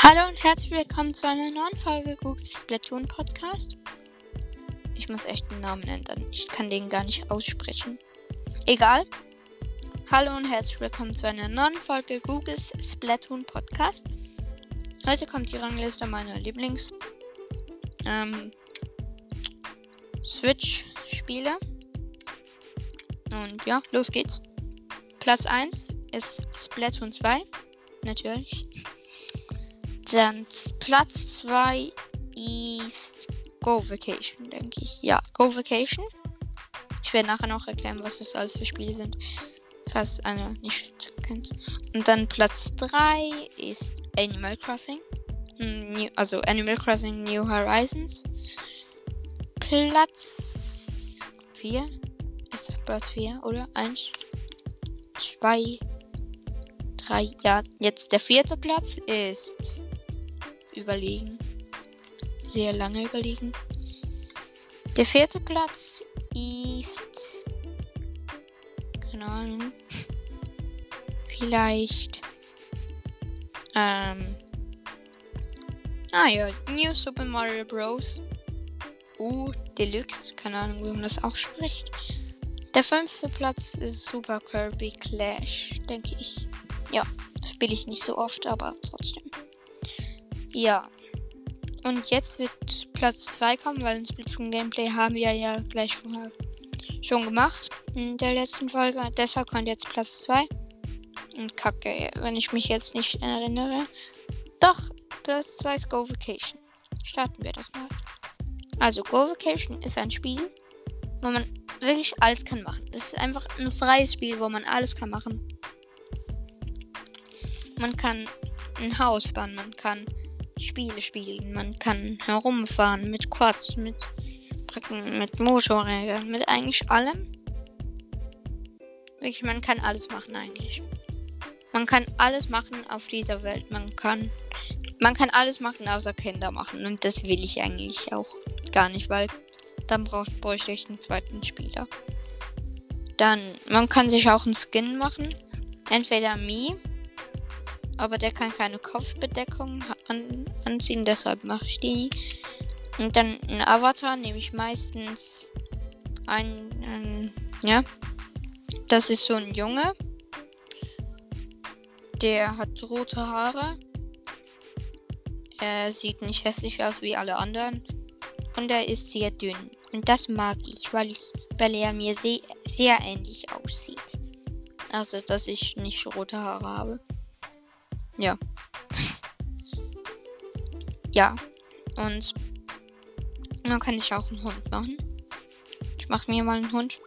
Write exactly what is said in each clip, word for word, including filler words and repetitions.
Hallo und herzlich willkommen zu einer neuen Folge Google Splatoon Podcast. Ich muss echt den Namen ändern. Ich kann den gar nicht aussprechen. Egal. Hallo und herzlich willkommen zu einer neuen Folge Google Splatoon Podcast. Heute kommt die Rangliste meiner Lieblings ähm, Switch-Spiele. Und ja, los geht's. Platz eins ist Splatoon zwei. Natürlich. Dann Platz zwei ist Go Vacation, denke ich. Ja, Go Vacation. Ich werde nachher noch erklären, was das alles für Spiele sind, falls einer nicht kennt. Und dann Platz drei ist Animal Crossing. New, also Animal Crossing New Horizons. Platz vier ist Platz vier, oder? eins, zwei, drei. Ja, jetzt der vierte Platz ist überlegen. Sehr lange überlegen. Der vierte Platz ist, keine Ahnung, vielleicht, ähm, ah ja, New Super Mario Bros. U Deluxe, keine Ahnung, wie man das auch spricht. Der fünfte Platz ist Super Kirby Clash, denke ich. Ja, spiele ich nicht so oft, aber trotzdem. Ja, und jetzt wird Platz zwei kommen, weil ein Splatoon Gameplay haben wir ja gleich vorher schon gemacht in der letzten Folge. Deshalb kommt jetzt Platz zwei. Und kacke, wenn ich mich jetzt nicht erinnere. Doch, Platz zwei ist Go Vacation. Starten wir das mal. Also, Go Vacation ist ein Spiel, wo man wirklich alles kann machen. Es ist einfach ein freies Spiel, wo man alles kann machen. Man kann ein Haus bauen, man kann Spiele spielen, man kann herumfahren mit Quads, mit Brücken, mit Motorrädern, mit eigentlich allem. Wirklich, man kann alles machen eigentlich. Man kann alles machen auf dieser Welt. Man kann, man kann alles machen, außer Kinder machen. Und das will ich eigentlich auch gar nicht, weil dann braucht, bräuchte ich einen zweiten Spieler. Dann, man kann sich auch einen Skin machen. Entweder Mii, aber der kann keine Kopfbedeckung an, anziehen, deshalb mache ich die. Und dann ein Avatar nehme ich meistens ein, ein, ja, das ist so ein Junge. Der hat rote Haare. Er sieht nicht hässlich aus wie alle anderen. Und er ist sehr dünn. Und das mag ich, weil ich, weil er mir sehr, sehr ähnlich aussieht. Also, dass ich nicht rote Haare habe. Ja. Ja. Und man kann sich auch einen Hund machen. Ich mache mir mal einen Hund.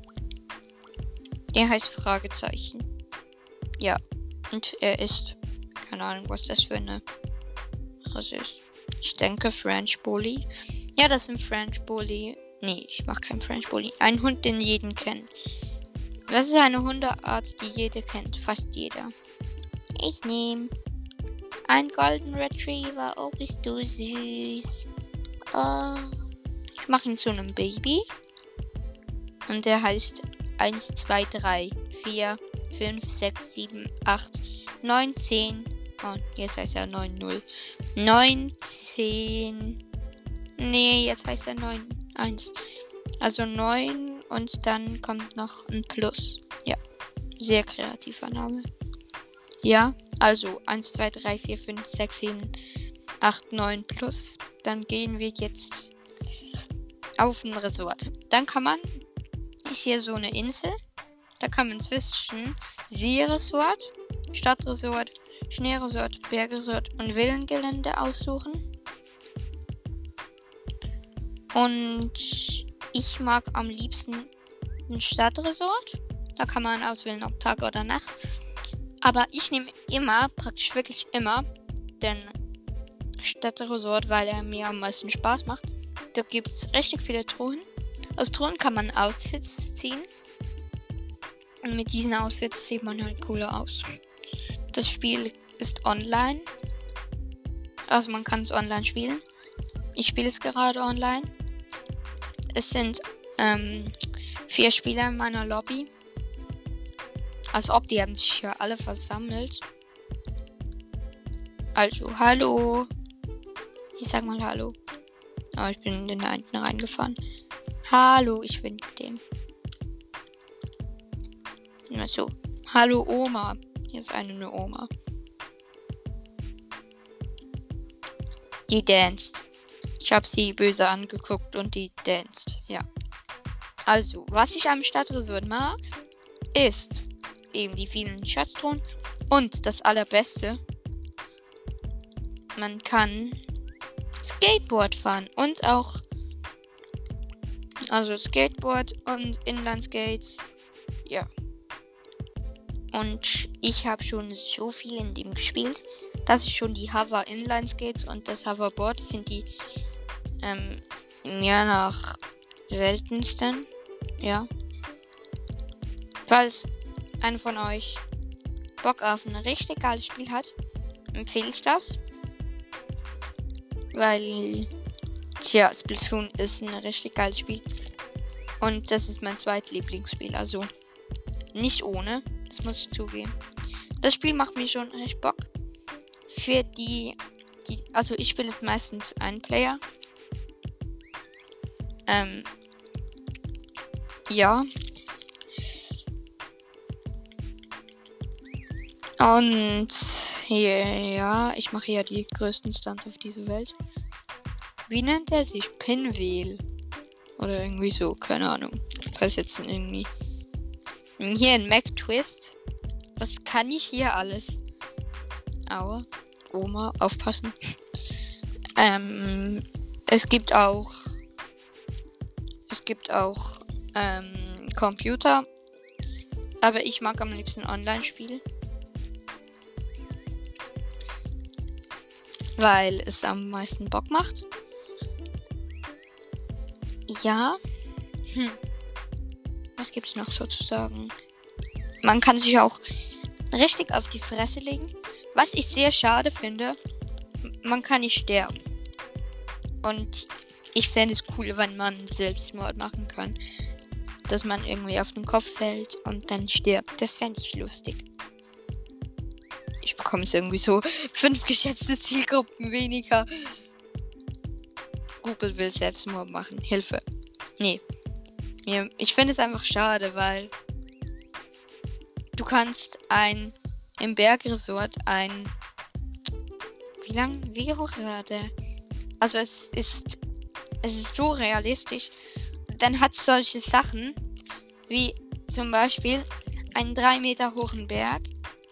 Der heißt Fragezeichen. Ja. Und er ist, keine Ahnung, was das für eine Rasse ist. Ich denke French Bully. Ja, das ist ein French Bully. Nee, ich mache keinen French Bully. Ein Hund, den jeden kennt. Was ist eine Hundeart, die jeder kennt? Fast jeder. Ich nehme einen Golden Retriever. Oh, bist du süß. Oh. Ich mache ihn zu einem Baby. Und der heißt eins, zwei, drei, vier, fünf, sechs, sieben, acht, neun, zehn. Oh, jetzt heißt er neun null. neun, zehn. Nee, jetzt heißt er neun eins. Also neun und dann kommt noch ein Plus. Ja, sehr kreativer Name. Ja, also eins, zwei, drei, vier, fünf, sechs, sieben, acht, neun plus. Dann gehen wir jetzt auf ein Resort. Dann kann man, ist hier so eine Insel. Da kann man zwischen Seeresort, Stadtresort, Schneeresort, Bergresort und Villengelände aussuchen. Und ich mag am liebsten ein Stadtresort. Da kann man auswählen, ob Tag oder Nacht. Aber ich nehme immer, praktisch wirklich immer, den Stadtresort, weil er mir am meisten Spaß macht. Da gibt es richtig viele Truhen. Aus Truhen kann man Outfits ziehen. Und mit diesen Outfits sieht man halt cooler aus. Das Spiel ist online. Also man kann es online spielen. Ich spiele es gerade online. Es sind ähm, vier Spieler in meiner Lobby. Als ob, die haben sich ja alle versammelt. Also, hallo. Ich sag mal hallo. Aber ich bin in den einen reingefahren. Hallo, ich bin mit dem. Na so. Hallo Oma. Hier ist eine ne Oma. Die danced. Ich habe sie böse angeguckt und die danced. Ja. Also, was ich am Stadtresort mag, ist eben die vielen Schatztruhen. Und das Allerbeste, man kann Skateboard fahren. Und auch, also Skateboard und Inlineskates. Ja. Und ich habe schon so viel in dem gespielt, dass ich schon die Hover Inline Skates und das Hoverboard, das sind die ähm, ja nach seltensten. Ja. Falls einer von euch Bock auf ein richtig geiles Spiel hat, empfehle ich das. Weil, tja, Splatoon ist ein richtig geiles Spiel. Und das ist mein zweitlieblingsspiel, also nicht ohne. Das muss ich zugeben. Das Spiel macht mir schon recht Bock. Für die, die also ich spiele es meistens ein Player. Ähm, ja. Und ja, ich mache ja die größten Stunts auf dieser Welt. Wie nennt er sich? Pinwheel. Oder irgendwie so, keine Ahnung. Falls jetzt irgendwie. Hier ein Mac Twist. Was kann ich hier alles? Aua. Oma, aufpassen. ähm, es gibt auch. Es gibt auch ähm, Computer. Aber ich mag am liebsten Online-Spiele. Weil es am meisten Bock macht. Ja. Hm. Was gibt's noch sozusagen? Man kann sich auch richtig auf die Fresse legen. Was ich sehr schade finde, man kann nicht sterben. Und ich fände es cool, wenn man Selbstmord machen kann. Dass man irgendwie auf den Kopf fällt und dann stirbt. Das fände ich lustig. Ich bekomme jetzt irgendwie so fünf geschätzte Zielgruppen weniger. Google will Selbstmord machen. Hilfe. Nee. Ich finde es einfach schade, weil du kannst ein im Bergresort ein wie lang, wie hoch war der? Also es ist es ist so realistisch. Dann hat es solche Sachen wie zum Beispiel einen drei Meter hohen Berg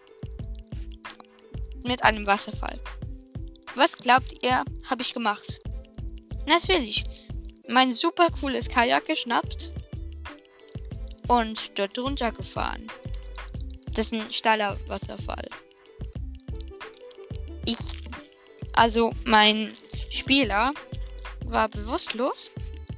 mit einem Wasserfall. Was glaubt ihr, habe ich gemacht? Natürlich, mein super cooles Kajak geschnappt und dort runtergefahren. Das ist ein steiler Wasserfall. Ich, also mein Spieler war bewusstlos.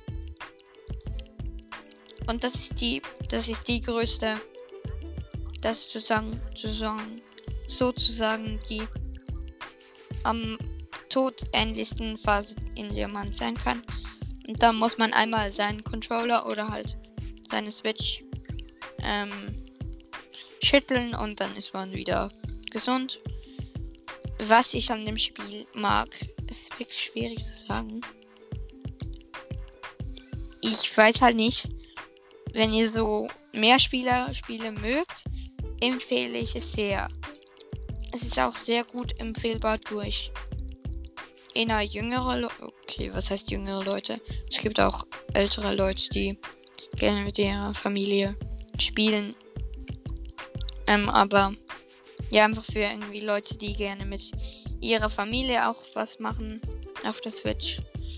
Und das ist die, das ist die größte, das ist sozusagen, sozusagen, sozusagen die am todähnlichsten Phase, in der man sein kann. Und da muss man einmal seinen Controller oder halt seine Switch ähm, schütteln und dann ist man wieder gesund. Was ich an dem Spiel mag, ist wirklich schwierig zu sagen. Ich weiß halt nicht, wenn ihr so Mehrspieler-Spiele mögt, empfehle ich es sehr. Es ist auch sehr gut empfehlbar durch eher jüngere Leute. Okay, was heißt jüngere Leute? Es gibt auch ältere Leute, die gerne mit ihrer Familie spielen. Ähm, aber ja, einfach für irgendwie Leute, die gerne mit ihrer Familie auch was machen auf der Switch.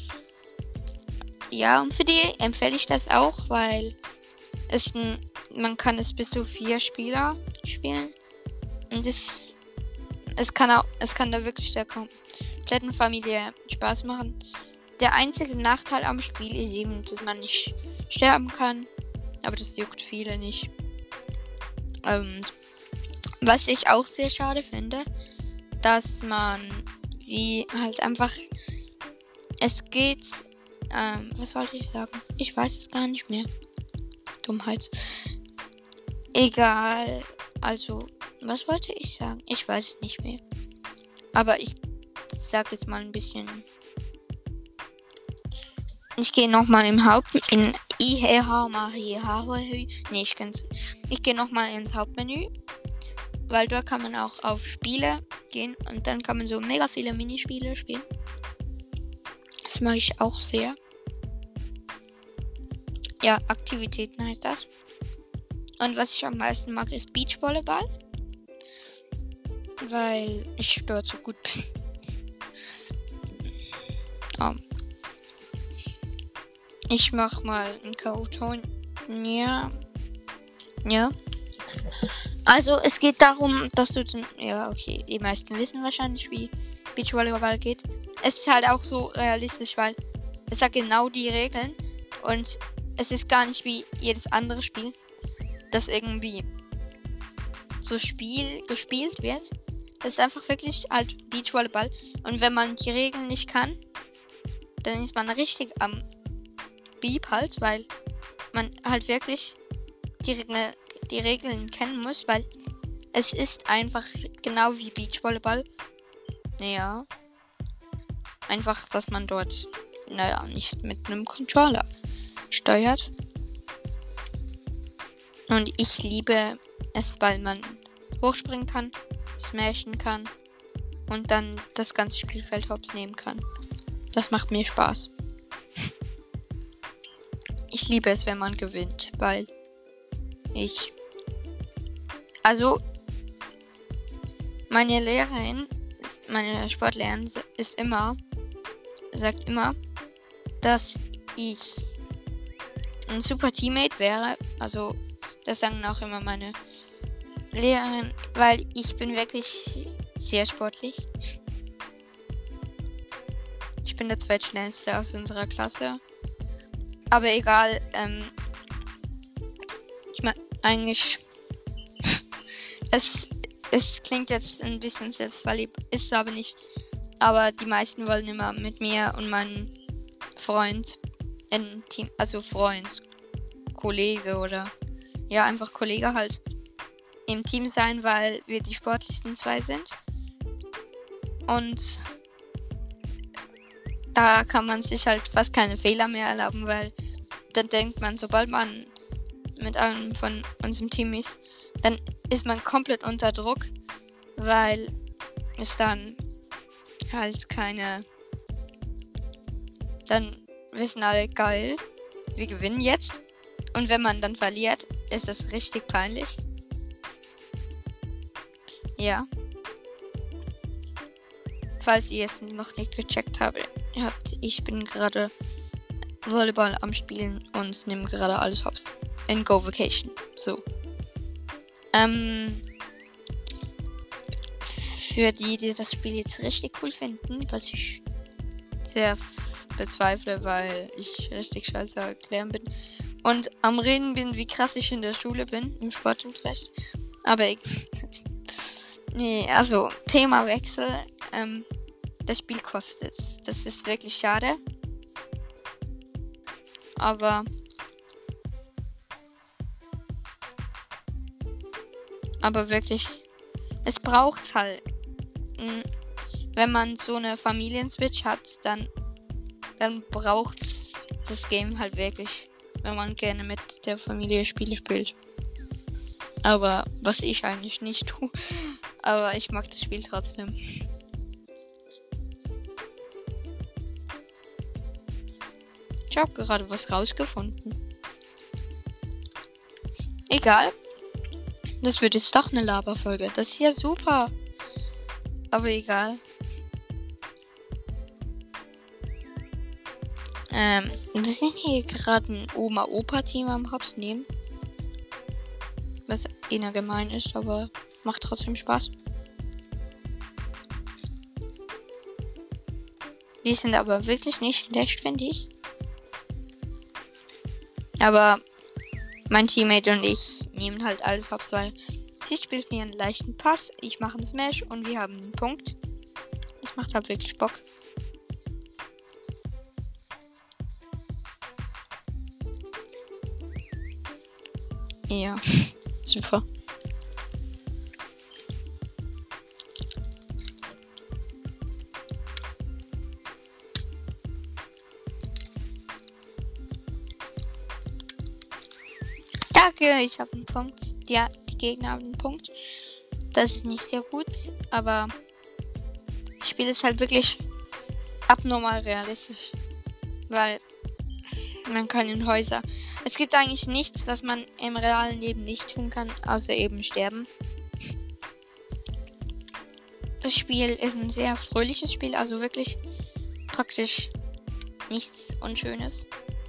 Ja, und für die empfehle ich das auch, weil es ein, man kann es bis zu vier Spieler spielen. Und es, es kann auch, es kann da wirklich der kompletten Familie Spaß machen. Der einzige Nachteil am Spiel ist eben, dass man nicht sterben kann. Aber das juckt viele nicht. Und was ich auch sehr schade finde, dass man wie halt einfach, es geht, ähm, was wollte ich sagen? Ich weiß es gar nicht mehr. Dummheit. Egal. Also, was wollte ich sagen? Ich weiß es nicht mehr. Aber ich sag jetzt mal ein bisschen. Ich gehe nochmal im Haupt in I H Nee, ich kenn's. Ich gehe nochmal ins Hauptmenü. Weil dort kann man auch auf Spiele gehen. Und dann kann man so mega viele Minispiele spielen. Das mag ich auch sehr. Ja, Aktivitäten heißt das. Und was ich am meisten mag, ist Beachvolleyball. Weil ich dort so gut bin. oh. Ich mach mal einen K O-Ton. Ja. Ja. Also, es geht darum, dass du zum. Ja, okay. Die meisten wissen wahrscheinlich, wie Beachvolleyball geht. Es ist halt auch so realistisch, weil es sagt genau die Regeln. Und es ist gar nicht wie jedes andere Spiel, das irgendwie so Spiel gespielt wird. Es ist einfach wirklich halt Beachvolleyball. Und wenn man die Regeln nicht kann, dann ist man richtig am Beep halt, weil man halt wirklich die, Regeln, die Regeln kennen muss, weil es ist einfach genau wie Beachvolleyball. Ja. Einfach, dass man dort, naja, nicht mit einem Controller steuert. Und ich liebe es, weil man hochspringen kann, smashen kann und dann das ganze Spielfeld hops nehmen kann. Das macht mir Spaß. Ich liebe es, wenn man gewinnt, weil ich... Also, meine Lehrerin, meine Sportlehrerin ist immer, sagt immer, dass ich ein super Teammate wäre. Also, das sagen auch immer meine Lehrerin, weil ich bin wirklich sehr sportlich. Ich bin der zweitschnellste aus unserer Klasse. Aber egal, ähm, ich meine, eigentlich, es, es klingt jetzt ein bisschen selbstverliebt, ist es aber nicht. Aber die meisten wollen immer mit mir und meinem Freund, ein Team, also Freund, Kollege oder, ja, einfach Kollege halt, im Team sein, weil wir die sportlichsten zwei sind. Und da kann man sich halt fast keine Fehler mehr erlauben, weil dann denkt man, sobald man mit einem von unserem Team ist, dann ist man komplett unter Druck, weil es dann halt keine... Dann wissen alle, geil, wir gewinnen jetzt. Und wenn man dann verliert, ist das richtig peinlich. Ja. Falls ihr es noch nicht gecheckt habt, ich bin gerade Volleyball am Spielen und nehme gerade alles hops. In Go Vacation. So. Ähm. Für die, die das Spiel jetzt richtig cool finden, was ich sehr f- bezweifle, weil ich richtig scheiße erklären bin. Und am Reden bin, wie krass ich in der Schule bin, im Sportunterricht. Aber ich. Nee, also, Themawechsel. Ähm. Das Spiel kostet. Das ist wirklich schade. Aber. Aber wirklich. Es braucht halt. Wenn man so eine Familienswitch hat, dann. Dann braucht das Game halt wirklich. Wenn man gerne mit der Familie Spiele spielt. Aber was ich eigentlich nicht tue. Aber ich mag das Spiel trotzdem. Ich habe gerade was rausgefunden. Egal. Das wird jetzt doch eine Laberfolge. Das ist ja super. Aber egal. Ähm, wir sind hier gerade ein Oma-Opa-Team am Hops nehmen. Was eher gemein ist, aber macht trotzdem Spaß. Wir sind aber wirklich nicht schlecht, finde ich. Aber mein Teammate und ich nehmen halt alles hops, weil sie spielt mir einen leichten Pass, ich mache einen Smash und wir haben einen Punkt. Das macht halt wirklich Bock. Ja, super. Kacke, ich habe einen Punkt. Ja, die Gegner haben einen Punkt. Das ist nicht sehr gut, aber das Spiel ist halt wirklich abnormal realistisch. Weil man kann in Häuser. Es gibt eigentlich nichts, was man im realen Leben nicht tun kann, außer eben sterben. Das Spiel ist ein sehr fröhliches Spiel, also wirklich praktisch nichts Unschönes.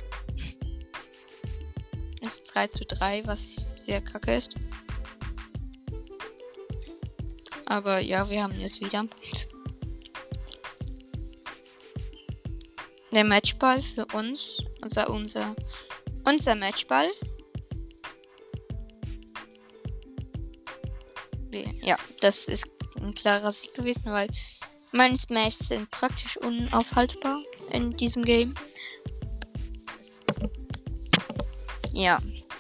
Ist drei zu drei, was sehr kacke ist. Aber ja, wir haben jetzt wieder einen Punkt. Der Matchball für uns. Unser, unser, unser Matchball. Ja, das ist ein klarer Sieg gewesen, weil meine Smashs sind praktisch unaufhaltbar in diesem Game. Ja.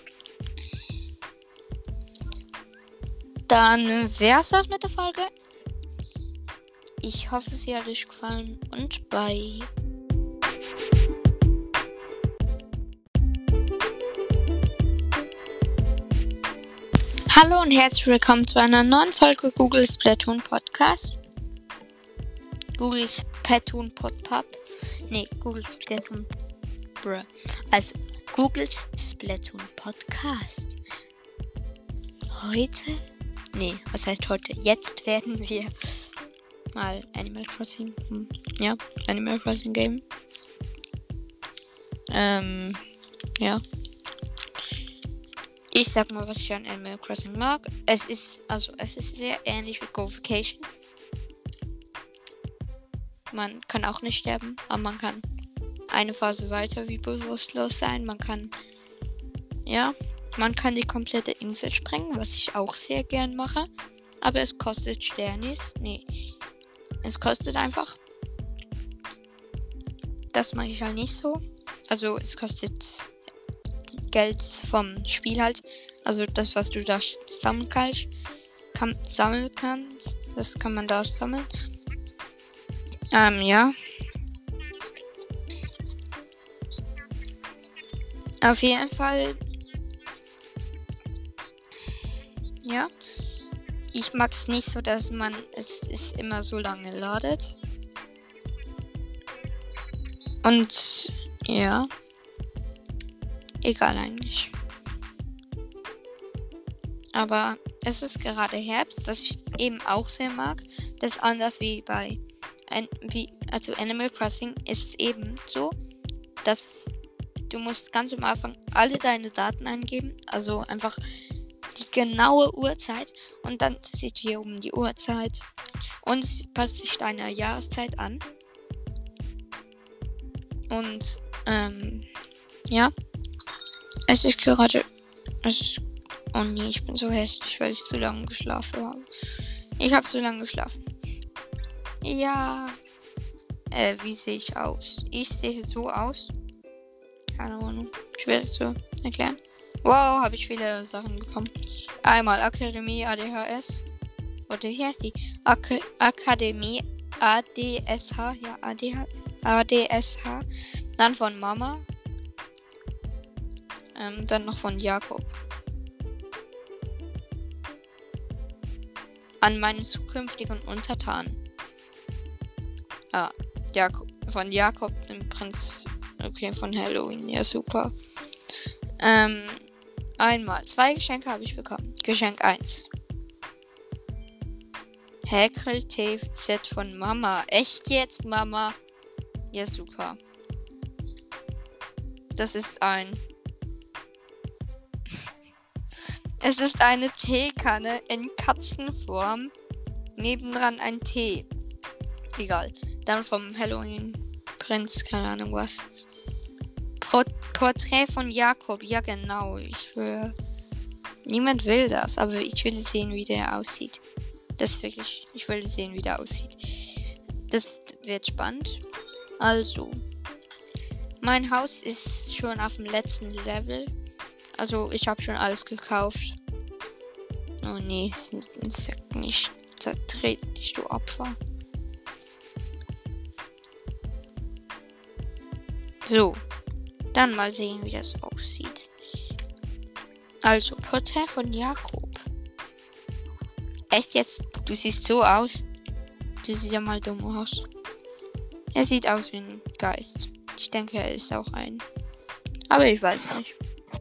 Dann wär's das mit der Folge. Ich hoffe, sie hat euch gefallen und bye. Hallo und herzlich willkommen zu einer neuen Folge Google Splatoon Podcast. Google Splatoon Podpub. Nee, Google Splatoon. Bruh. Also, Googles Splatoon Podcast. Heute? Nee, was heißt heute? Jetzt werden wir mal Animal Crossing. Hm, ja, Animal Crossing Game. Ähm, ja. Ich sag mal, was ich an Animal Crossing mag. Es ist, also, es ist sehr ähnlich wie Go Vacation. Man kann auch nicht sterben, aber man kann eine Phase weiter wie bewusstlos sein. Man kann, ja, man kann die komplette Insel sprengen, was ich auch sehr gern mache. Aber es kostet Sternis. Nee, es kostet einfach. Das mag ich halt nicht so. Also, es kostet Geld vom Spiel halt. Also das, was du da sammeln kannst, kann, sammeln kannst, das kann man da sammeln. Ähm, ja. Auf jeden Fall. Ja. Ich mag es nicht so, dass man es ist immer so lange ladet. Und ja. Egal eigentlich. Aber es ist gerade Herbst, das ich eben auch sehr mag. Das ist anders wie bei ein, wie, also Animal Crossing ist eben so, dass du musst ganz am Anfang alle deine Daten eingeben. Also einfach die genaue Uhrzeit. Und dann siehst du hier oben die Uhrzeit. Und es passt sich deiner Jahreszeit an. Und ähm, ja. Es ist gerade. Es ist. Oh nee, ich bin so hässlich, weil ich zu lange geschlafen habe. Ich habe zu lange geschlafen. Ja. Äh, wie sehe ich aus? Ich sehe so aus. Keine Ahnung. Schwierig zu erklären. Wow, habe ich viele Sachen bekommen. Einmal Akademie A D H S. Oder wie heißt die? Ak- Akademie A D S H. Ja, A D H. A D S H. Dann von Mama. Ähm, dann noch von Jakob. An meinen zukünftigen Untertanen. Ah, Jakob. Von Jakob, dem Prinz. Okay, von Halloween. Ja, super. Ähm, einmal. Zwei Geschenke habe ich bekommen. Geschenk eins. Häkel T Z von Mama. Echt jetzt, Mama? Ja, super. Das ist ein... Es ist eine Teekanne in Katzenform. Nebendran ein Tee. Egal. Dann vom Halloween-Prinz, keine Ahnung was. Port- Porträt von Jakob. Ja, genau. Ich will... Niemand will das, aber ich will sehen, wie der aussieht. Das ist wirklich... Ich will sehen, wie der aussieht. Das wird spannend. Also... Mein Haus ist schon auf dem letzten Level. Also, ich habe schon alles gekauft. Oh nee, sag nicht. Zertret dich, du Opfer. So. Dann mal sehen, wie das aussieht. Also, Porträt von Jakob. Echt jetzt? Du siehst so aus. Du siehst ja mal dumm aus. Er sieht aus wie ein Geist. Ich denke, er ist auch ein. Aber ich weiß nicht.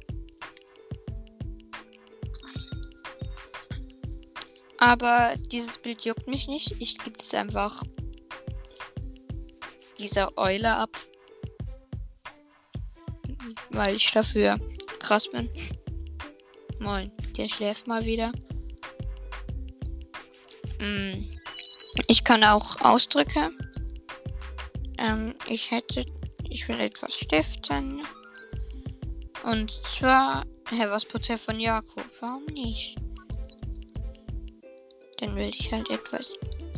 Aber dieses Bild juckt mich nicht. Ich gebe es einfach dieser Eule ab. Weil ich dafür krass bin. Moin, der schläft mal wieder. Mm. Ich kann auch Ausdrücke. Ähm, ich hätte... Ich will etwas stiften. Und zwar... Hä, was Porträt von Jakob? Warum nicht? Dann will ich halt etwas...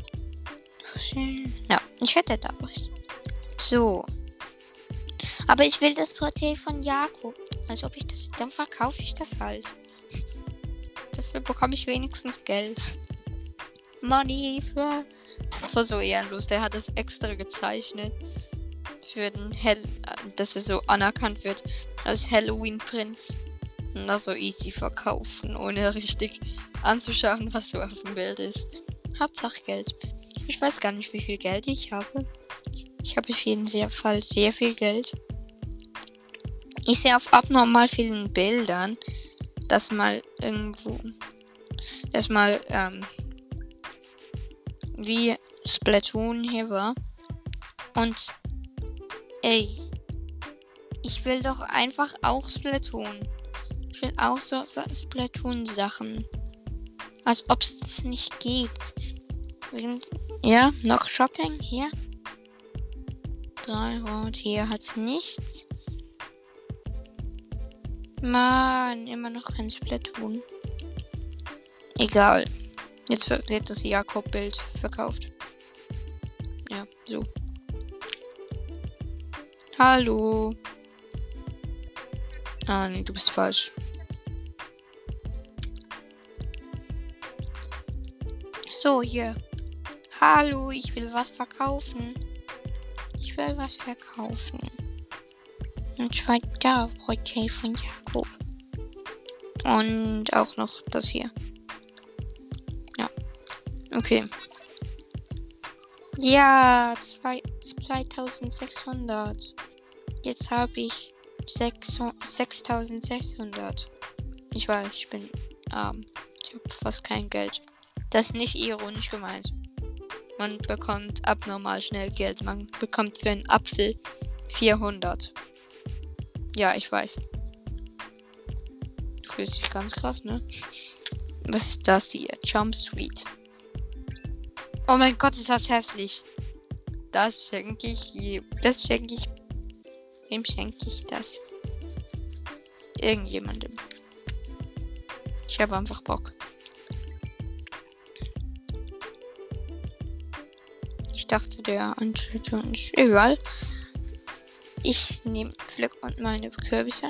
Ja, ich hätte da was. So. Aber ich will das Porträt von Jakob. Also ob ich das... Dann verkaufe ich das halt. Dafür bekomme ich wenigstens Geld. Money für... für so ehrenlos. Der hat das extra gezeichnet. Für den Hell... Dass er so anerkannt wird. Als Halloween-Prinz. Und das so easy verkaufen. Ohne richtig anzuschauen, was so auf dem Bild ist. Hauptsache Geld. Ich weiß gar nicht, wie viel Geld ich habe. Ich habe auf jeden Fall sehr viel Geld. Ich sehe auf abnormal vielen Bildern, dass mal irgendwo, dass mal, ähm, wie Splatoon hier war. Und, ey, ich will doch einfach auch Splatoon. Ich will auch so Splatoon-Sachen. Als ob es das nicht gibt. Ja, noch Shopping hier. Drei Rot, hier hat's nichts. Mann, immer noch kein Splatoon. Egal. Jetzt wird das Jakob-Bild verkauft. Ja, so. Hallo. Ah, nee, du bist falsch. So, hier. Hallo, ich will was verkaufen. Ich will was verkaufen. Und zwar da, Porträt von Jakob. Und auch noch das hier. Ja. Okay. Ja, zweitausendsechshundert. Jetzt habe ich sechstausendsechshundert. Ich weiß, ich bin arm. Ich habe fast kein Geld. Das ist nicht ironisch gemeint. Man bekommt abnormal schnell Geld. Man bekommt für einen Apfel vierhundert. Ja, ich weiß. Du fühlst dich ganz krass, ne? Was ist das hier? Jumpsuite. Oh mein Gott, ist das hässlich. Das schenke ich je. Das schenke ich. Wem schenke ich das? Irgendjemandem. Ich habe einfach Bock. Ich dachte, der Antritt ist egal. Ich nehme Pflück und meine Kürbisse.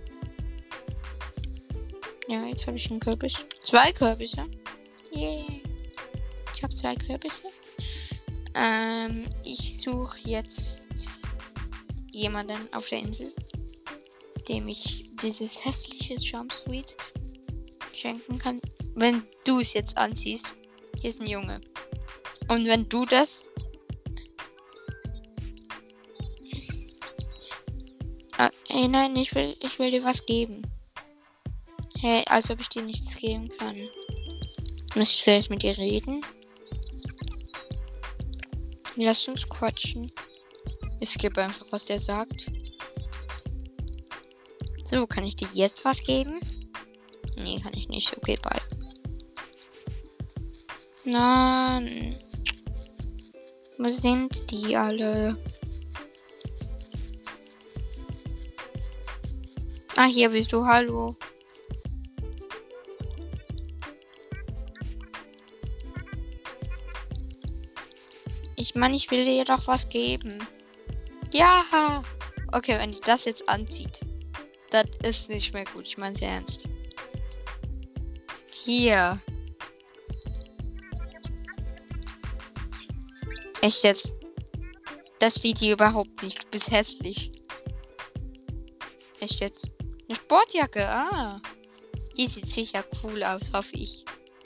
Ja, jetzt habe ich einen Kürbis. Zwei Kürbisse. Yeah. Ich habe zwei Kürbisse. Ähm, ich suche jetzt jemanden auf der Insel, dem ich dieses hässliche Jumpsuite schenken kann. Wenn du es jetzt anziehst, hier ist ein Junge. Und wenn du das Ah, hey, nein, ich will, ich will dir was geben. Hey, als ob ich dir nichts geben kann. Muss ich vielleicht mit dir reden? Lass uns quatschen. Ich gebe einfach, was der sagt. So, kann ich dir jetzt was geben? Nee, kann ich nicht. Okay, bye. Nein. Wo sind die alle? Ah, hier bist du. Hallo. Ich meine, ich will dir doch was geben. Ja. Okay, wenn die das jetzt anzieht, das ist nicht mehr gut. Ich meine es ernst. Hier. Echt jetzt? Das steht hier überhaupt nicht. Du bist hässlich. Echt jetzt? Eine Sportjacke, ah. Die sieht sicher cool aus, hoffe ich.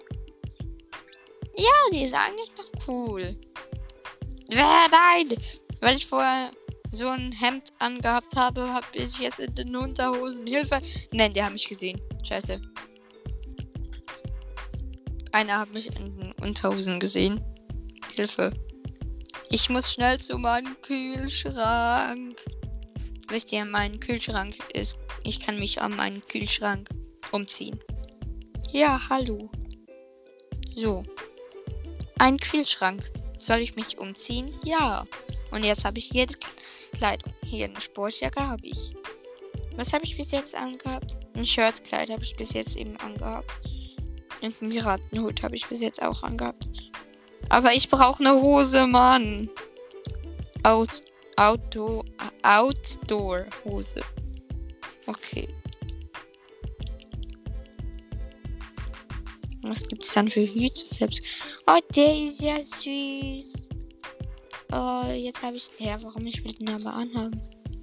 Ja, die ist eigentlich noch cool. Wer nein? Weil ich vorher so ein Hemd angehabt habe, habe ich jetzt in den Unterhosen. Hilfe! Nein, die haben mich gesehen. Scheiße. Einer hat mich in den Unterhosen gesehen. Hilfe. Ich muss schnell zu meinem Kühlschrank. Wisst ihr, mein Kühlschrank ist. Ich kann mich an meinen Kühlschrank umziehen. Ja, hallo. So. Ein Kühlschrank. Soll ich mich umziehen? Ja. Und jetzt habe ich jede Kleidung. Hier eine Sportjacke habe ich. Was habe ich bis jetzt angehabt? Ein Shirtkleid habe ich bis jetzt eben angehabt. Und einen Piratenhut habe ich bis jetzt auch angehabt. Aber ich brauche eine Hose, Mann. Out, Auto, Outdoor-Hose. Okay. Was gibt es dann für Hüte selbst? Oh, der ist ja süß. Oh, jetzt habe ich... Ja, warum ich will den aber anhaben?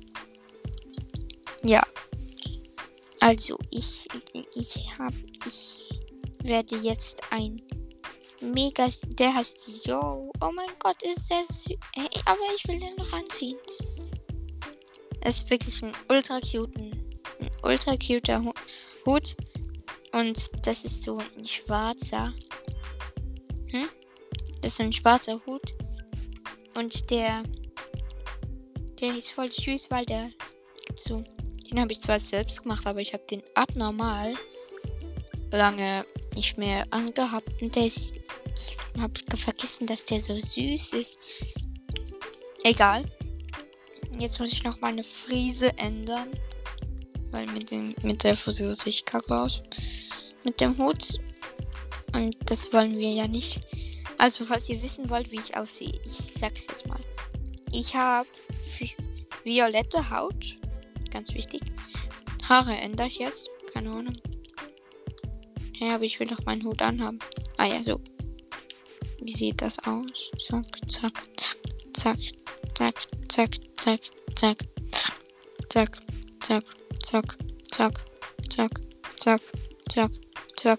Ja. Also, ich... Ich habe... Ich werde jetzt ein... Mega... Der heißt Yo. Oh mein Gott, ist der süß. Hey, aber ich will den noch anziehen. Es ist wirklich ein ultra cute... Ein ultra cuter Hut. Und das ist so ein schwarzer. Hm? Das ist ein schwarzer Hut. Und der. Der ist voll süß, weil der. So. Den habe ich zwar selbst gemacht, aber ich habe den abnormal lange nicht mehr angehabt. Und der ist. Ich habe vergessen, dass der so süß ist. Egal. Jetzt muss ich noch meine Frise ändern. Weil mit, dem, mit der Frisur sehe ich kacke aus. Mit dem Hut. Und das wollen wir ja nicht. Also, falls ihr wissen wollt, wie ich aussehe, ich sag's jetzt mal. Ich habe violette Haut. Ganz wichtig. Haare ändere ich jetzt. Keine Ahnung. Ja, aber ich will doch meinen Hut anhaben. Ah ja, so. Wie sieht das aus? Zack, zack, zack, zack, zack, zack, zack, zack, zack, zack, zack, zack, zack, zack, zack.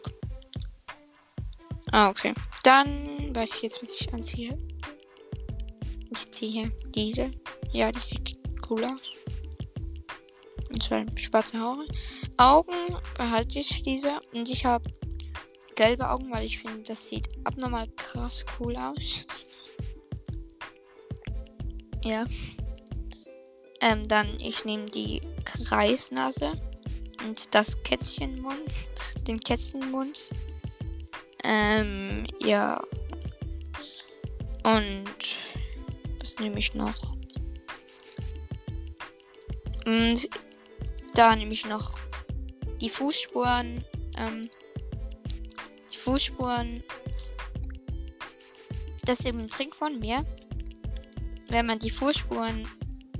Ah, okay. Dann weiß ich jetzt, was ich anziehe. Ich ziehe diese. Ja, die sieht cool aus. Und zwar schwarze Haare. Augen behalte ich diese. Und ich habe gelbe Augen, weil ich finde, das sieht abnormal krass cool aus. Ja. Ähm, dann, ich nehme die Kreisnase und das Kätzchenmund, den Kätzchenmund. Ähm, ja. Und was nehme ich noch? Und da nehme ich noch die Fußspuren, ähm, die Fußspuren. Das ist eben ein Trick von mir. Wenn man die Fußspuren...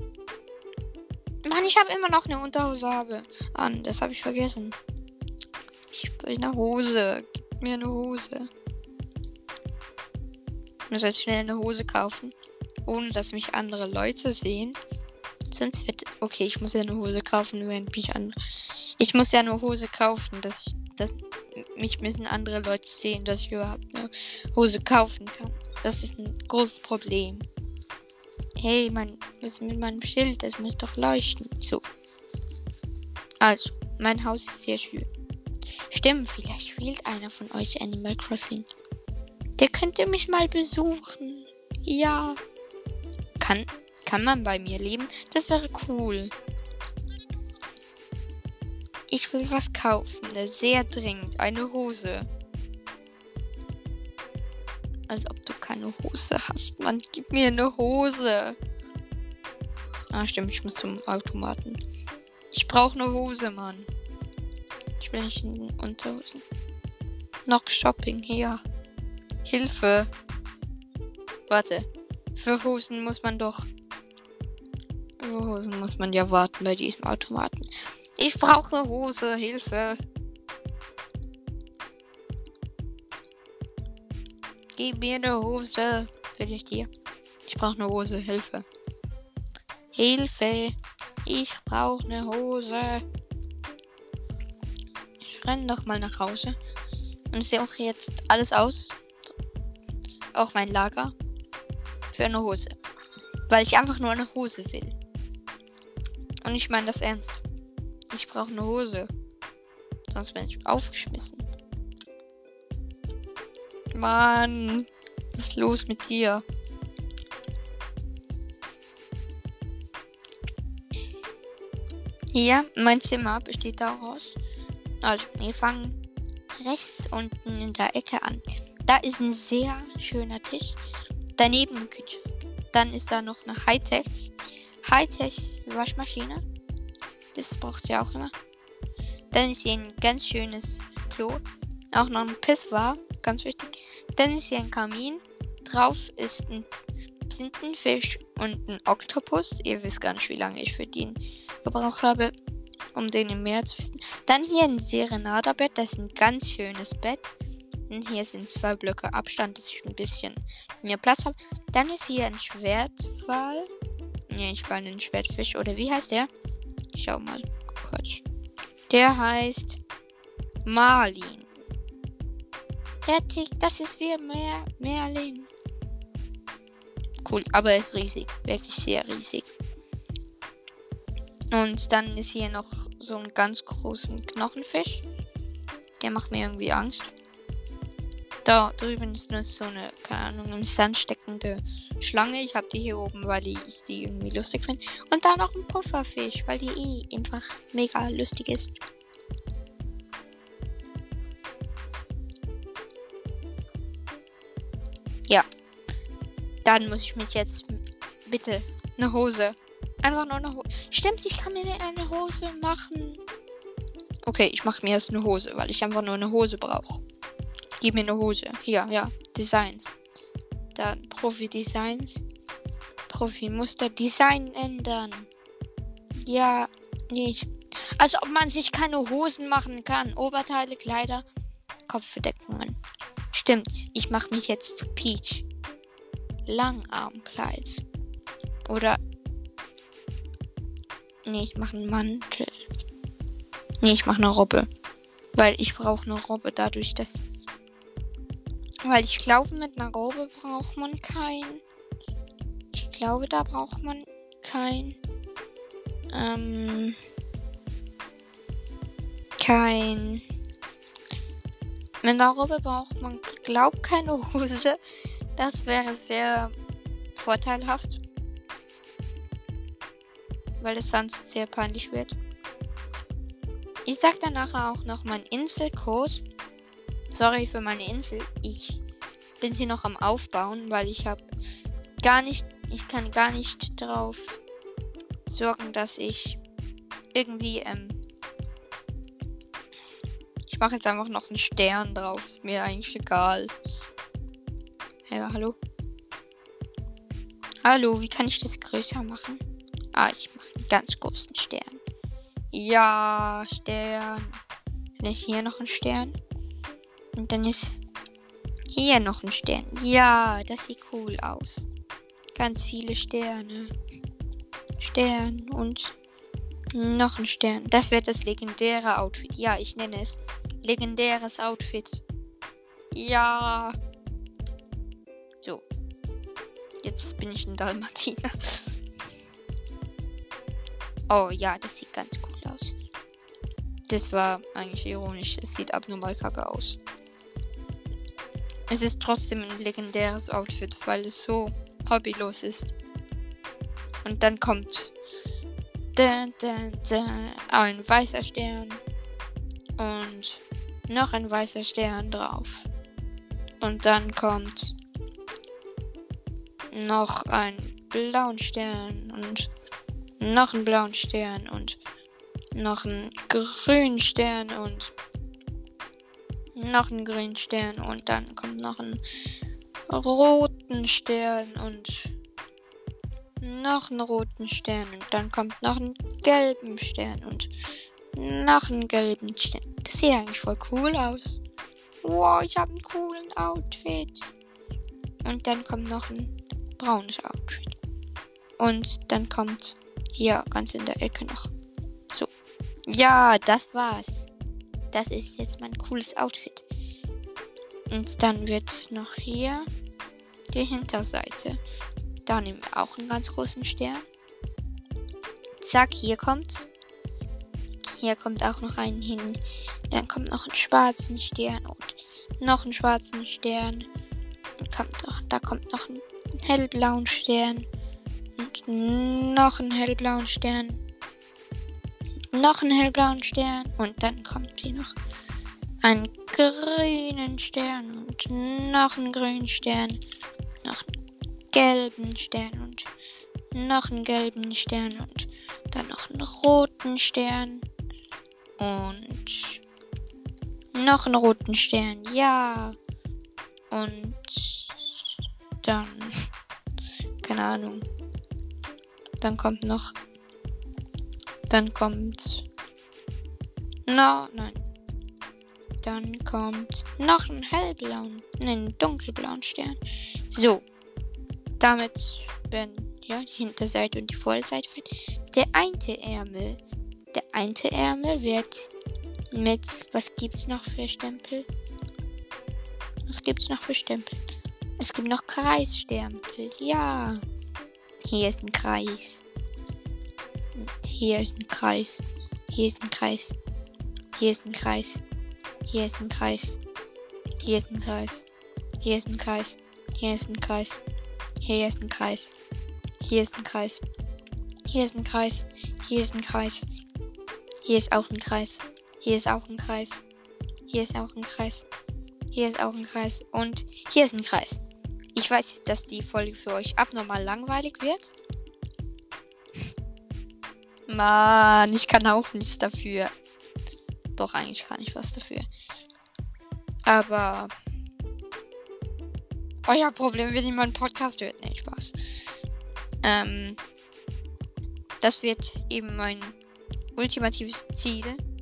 Mann, ich habe immer noch eine Unterhose habe an. Das habe ich vergessen. Ich will eine Hose. Gib mir eine Hose. Ich muss jetzt schnell eine Hose kaufen. Ohne dass mich andere Leute sehen. Sonst wird... Okay, ich muss ja eine Hose kaufen, während mich an... Ich muss ja eine Hose kaufen, dass ich... Dass mich müssen andere Leute sehen, dass ich überhaupt eine Hose kaufen kann. Das ist ein großes Problem. Hey, mein, was ist mit meinem Schild? Das muss doch leuchten. So. Also, mein Haus ist sehr schön. Stimmt, vielleicht spielt einer von euch Animal Crossing. Der könnte mich mal besuchen. Ja. Kann, kann man bei mir leben? Das wäre cool. Ich will was kaufen. Sehr dringend. Eine Hose. Als ob du keine Hose hast. Mann, gib mir eine Hose. Ah, stimmt. Ich muss zum Automaten. Ich brauche eine Hose, Mann. Ich will nicht in den Unterhosen. Noch Shopping hier. Hilfe. Warte. Für Hosen muss man doch... Für Hosen muss man ja warten bei diesem Automaten. Ich brauche eine Hose. Hilfe. Gib mir eine Hose. Will ich dir. Ich brauche eine Hose. Hilfe. Hilfe. Ich brauche eine Hose. Ich renne nochmal nach Hause. Und ich sehe auch jetzt alles aus. Auch mein Lager. Für eine Hose. Weil ich einfach nur eine Hose will. Und ich meine das ernst. Ich brauche eine Hose. Sonst bin ich aufgeschmissen. Mann. Was ist los mit dir? Hier, mein Zimmer besteht daraus. Also, wir fangen rechts unten in der Ecke an. Da ist ein sehr schöner Tisch. Daneben eine Küche. Dann ist da noch eine Hightech. Hightech Waschmaschine. Das braucht sie auch immer. Dann ist hier ein ganz schönes Klo. Auch noch ein Pisswar. Ganz wichtig. Dann ist hier ein Kamin. Drauf ist ein Tintenfisch und ein Oktopus. Ihr wisst gar nicht, wie lange ich für den gebraucht habe, um den im Meer zu wissen. Dann hier ein Serenada-Bett. Das ist ein ganz schönes Bett. Und hier sind zwei Blöcke Abstand, dass ich ein bisschen mehr Platz habe. Dann ist hier ein Schwertwal. Ne, ich meine ein Schwertfisch. Oder wie heißt der? Ich schau mal kurz. Der heißt Marlin. Fertig, das ist wie Mer Merlin. Cool, aber er ist riesig. Wirklich sehr riesig. Und dann ist hier noch so ein ganz großen Knochenfisch. Der macht mir irgendwie Angst. Da drüben ist nur so eine, keine Ahnung, im Sand steckende Schlange. Ich habe die hier oben, weil ich die irgendwie lustig finde. Und da noch ein Pufferfisch, weil die eh einfach mega lustig ist. Ja. Dann muss ich mich jetzt, bitte, eine Hose. Einfach nur eine Hose. Stimmt, ich kann mir eine Hose machen. Okay, ich mache mir jetzt eine Hose, weil ich einfach nur eine Hose brauche. Gib mir eine Hose. Hier, ja. Designs. Dann Profi-Designs. Profi-Muster. Design ändern. Ja, nicht. Als ob man sich keine Hosen machen kann. Oberteile, Kleider, Kopfbedeckungen. Stimmt, ich mache mich jetzt zu Peach. Langarmkleid. Oder... Nee, ich mache einen Mantel. Nee, ich mache eine Robbe. Weil ich brauche eine Robbe dadurch, dass... Weil ich glaube, mit einer Robbe braucht man kein... Ich glaube, da braucht man kein... Ähm... Kein... Mit einer Robbe braucht man, glaub, keine Hose. Das wäre sehr vorteilhaft. Weil es sonst sehr peinlich wird. Ich sag dann nachher auch noch meinen Inselcode. Sorry für meine Insel. Ich bin sie noch am Aufbauen, weil ich habe gar nicht, ich kann gar nicht darauf sorgen, dass ich irgendwie, ähm, ich mache jetzt einfach noch einen Stern drauf. Ist mir eigentlich egal. Hey, hallo? Hallo, wie kann ich das größer machen? Ah, ich mache einen ganz großen Stern. Ja, Stern. Dann ist hier noch ein Stern. Und dann ist hier noch ein Stern. Ja, das sieht cool aus. Ganz viele Sterne. Stern und noch ein Stern. Das wird das legendäre Outfit. Ja, ich nenne es legendäres Outfit. Ja. So. Jetzt bin ich ein Dalmatiner. Oh ja, das sieht ganz cool aus. Das war eigentlich ironisch. Es sieht abnormal kacke aus. Es ist trotzdem ein legendäres Outfit, weil es so hobbylos ist. Und dann kommt dun, dun, dun, ein weißer Stern und noch ein weißer Stern drauf. Und dann kommt noch ein blauen Stern und noch einen blauen Stern und noch einen grünen Stern und noch einen grünen Stern und dann kommt noch ein roten Stern und noch einen roten Stern und dann kommt noch ein gelben Stern und noch einen gelben Stern. Das sieht eigentlich voll cool aus. Wow, ich habe einen coolen Outfit. Und dann kommt noch ein braunes Outfit. Und dann kommt hier ganz in der Ecke noch. So. Ja, das war's. das ist jetzt mein cooles Outfit. Und dann wird noch hier die Hinterseite. Da nehmen wir auch einen ganz großen Stern. Zack, hier kommt. Hier kommt auch noch einen hin. Dann kommt noch ein schwarzen Stern und noch einen schwarzen Stern. Und kommt noch, da kommt noch ein hellblauen Stern. Und noch einen hellblauen Stern. Noch einen hellblauen Stern. Und dann kommt hier noch einen grünen Stern. Und noch einen grünen Stern. Noch einen gelben Stern. Und noch einen gelben Stern. Und dann noch einen roten Stern. Und noch einen roten Stern. Ja. Und dann, keine Ahnung. Dann kommt noch, dann kommt, no, nein. Dann kommt noch ein hellblauen, einen dunkelblauen Stern. So. Damit werden, ja, die Hinterseite und die Vorderseite fertig. Der eine Ärmel. Der eine Ärmel wird mit, was gibt's noch für Stempel? Was gibt's noch für Stempel? Es gibt noch Kreisstempel. Ja. Hier ist ein Kreis. Und hier ist ein Kreis. Hier ist ein Kreis. Hier ist ein Kreis. Hier ist ein Kreis. Hier ist ein Kreis. Hier ist ein Kreis. Hier ist ein Kreis. Hier ist ein Kreis. Hier ist ein Kreis. Hier ist ein Kreis. Hier ist ein Kreis. Hier ist auch ein Kreis. Hier ist auch ein Kreis. Hier ist auch ein Kreis. Hier ist auch ein Kreis. Und hier ist ein Kreis. Ich weiß, dass die Folge für euch abnormal langweilig wird. Mann, ich kann auch nichts dafür. Doch, eigentlich kann ich was dafür. Aber euer Problem, wenn ihr meinen Podcast hört. Nee, Spaß. Ähm, das wird eben mein ultimatives Ziel.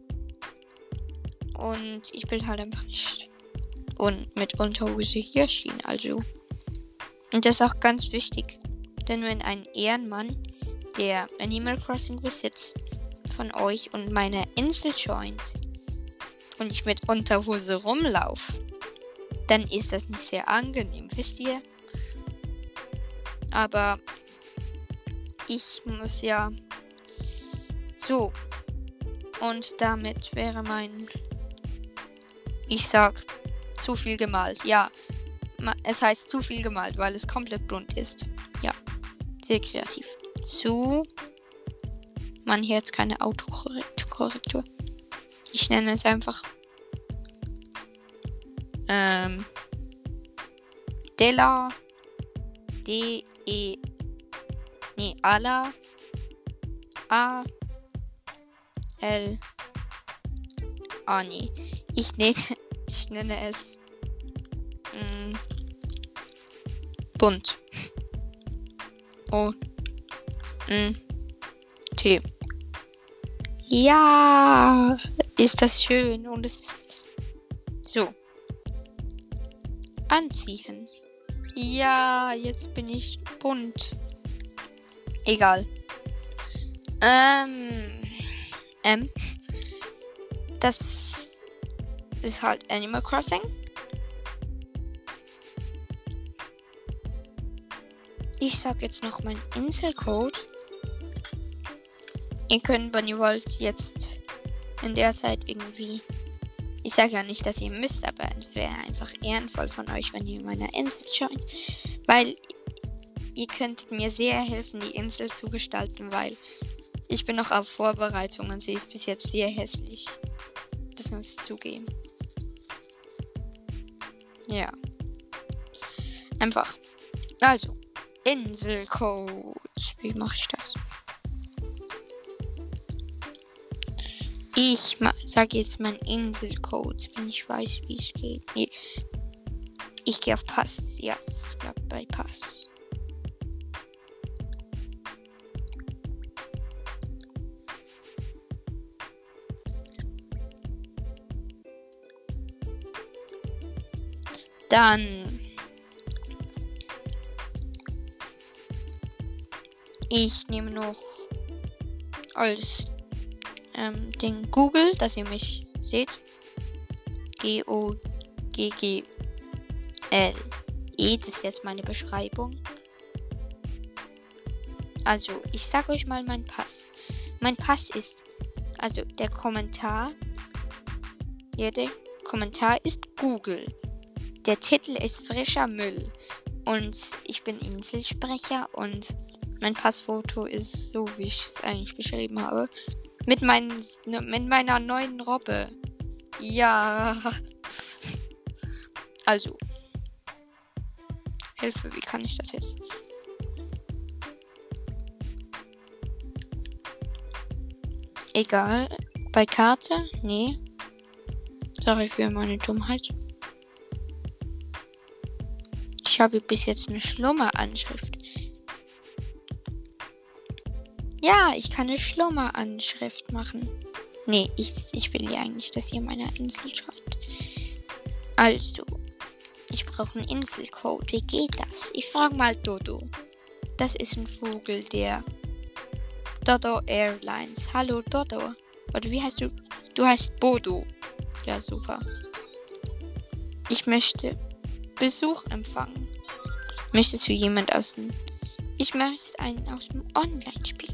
Und ich will halt einfach nicht und mit Unterhose hier erschienen. Also. Und das ist auch ganz wichtig. Denn wenn ein Ehrenmann, der Animal Crossing besitzt, von euch und meine Insel joint und ich mit Unterhose rumlaufe, dann ist das nicht sehr angenehm, wisst ihr? Aber ich muss ja so. Und damit wäre mein, ich sag, zu viel gemalt. Ja, es heißt zu viel gemalt, weil es komplett bunt ist. Ja, sehr kreativ. Zu, man, hier jetzt keine Autokorrektur. Ich nenne es einfach ähm, Della D E nee, Ala A L Ah, nee. Ich nenne, ich nenne es mh, bunt. O N T. Ja, ist das schön. Und es ist so. Anziehen. Ja, jetzt bin ich bunt. Egal. Ähm. Ähm. Das ist halt Animal Crossing. Ich sag jetzt noch meinen Inselcode. Ihr könnt, wenn ihr wollt, jetzt in der Zeit irgendwie. Ich sage ja nicht, dass ihr müsst, aber es wäre einfach ehrenvoll von euch, wenn ihr in meiner Insel joint. Weil ihr könntet mir sehr helfen, die Insel zu gestalten, weil ich bin noch auf Vorbereitung und sie ist bis jetzt sehr hässlich. Das muss ich zugeben. Ja. Einfach. Also. Inselcode. Wie mache ich das? Ich sage jetzt meinen Inselcode, wenn ich weiß, wie es geht. Nee. Ich gehe auf Pass. Ja, es bleibt bei Pass. Dann ich nehme noch als ähm, Ding Google, dass ihr mich seht. G O G G L E. Das ist jetzt meine Beschreibung. Also, ich sag euch mal meinen Pass. Mein Pass ist, also der Kommentar, ja, der Kommentar ist Google. Der Titel ist Frischer Müll. Und ich bin Inselsprecher und mein Passfoto ist so, wie ich es eigentlich beschrieben habe. Mit, meinen, mit meiner neuen Robbe. Ja. Also. Hilfe, wie kann ich das jetzt? Egal. Bei Karte? Nee. Sorry für meine Dummheit. Ich habe bis jetzt eine Schlummeranschrift. Ja, ich kann eine Schlummeranschrift machen. Nee, ich, ich will ja eigentlich, dass ihr meine Insel schreibt. Also, ich brauche einen Inselcode. Wie geht das? Ich frage mal Dodo. Das ist ein Vogel, der Dodo Airlines. Hallo Dodo. Oder wie heißt du? Du heißt Bodo. Ja, super. Ich möchte Besuch empfangen. Möchtest du jemand aus dem... Ich möchte einen aus dem Online-Spiel.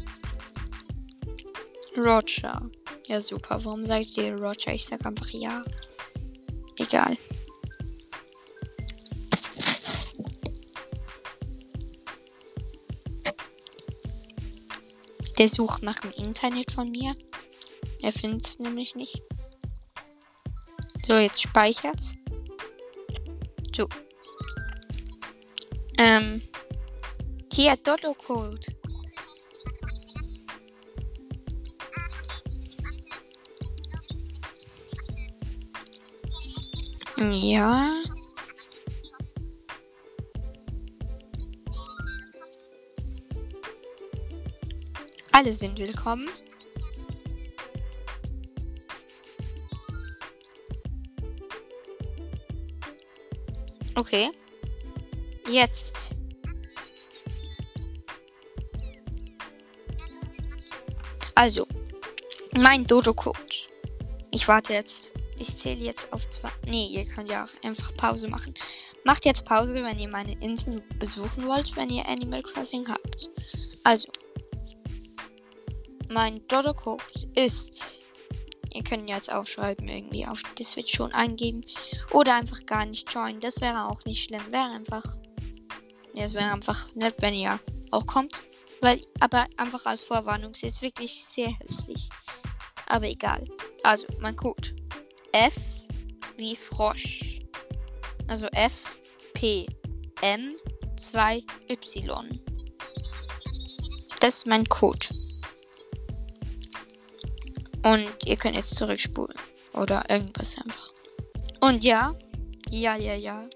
Roger. Ja, super. Warum sagt ihr Roger? Ich sag einfach ja. Egal. Der sucht nach dem Internet von mir. Er findet es nämlich nicht. So, jetzt speichert's. So. Ähm. Hier, Dodo-Code. Ja. Alle sind willkommen. Okay. Jetzt. Also, mein Dodo-Code. Ich warte jetzt. Ich zähle jetzt auf zwei. Nee, ihr könnt ja auch einfach Pause machen. Macht jetzt Pause, wenn ihr meine Insel besuchen wollt, wenn ihr Animal Crossing habt. Also, mein Dodo-Code ist. Ihr könnt jetzt aufschreiben, irgendwie auf die Switch schon eingeben. Oder einfach gar nicht joinen. Das wäre auch nicht schlimm. Wäre einfach. Ja, es wäre einfach nett, wenn ihr auch kommt. Weil, aber einfach als Vorwarnung, sie ist wirklich sehr hässlich. Aber egal. Also, mein Code. F wie Frosch. Also F, P, M, zwei, Y. Das ist mein Code. Und ihr könnt jetzt zurückspulen. Oder irgendwas einfach. Und ja. Ja, ja, ja.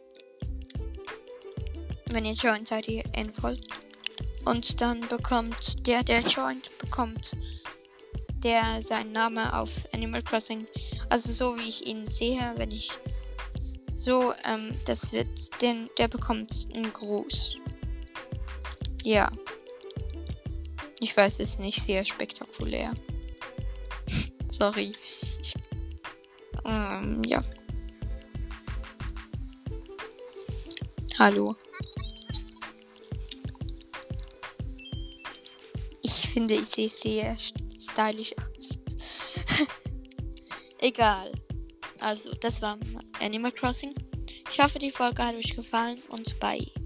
Wenn ihr joint, seid ihr endvoll. Und dann bekommt der, der joint, bekommt der seinen Namen auf Animal Crossing. Also so wie ich ihn sehe, wenn ich so, ähm, das wird, den, der bekommt einen Gruß. Ja. Ich weiß, es ist nicht sehr spektakulär. Sorry. Ich, ähm, ja. Hallo. Ich finde, ich sehe sehr stylisch aus. Egal. Also, das war Animal Crossing. Ich hoffe, die Folge hat euch gefallen und bye.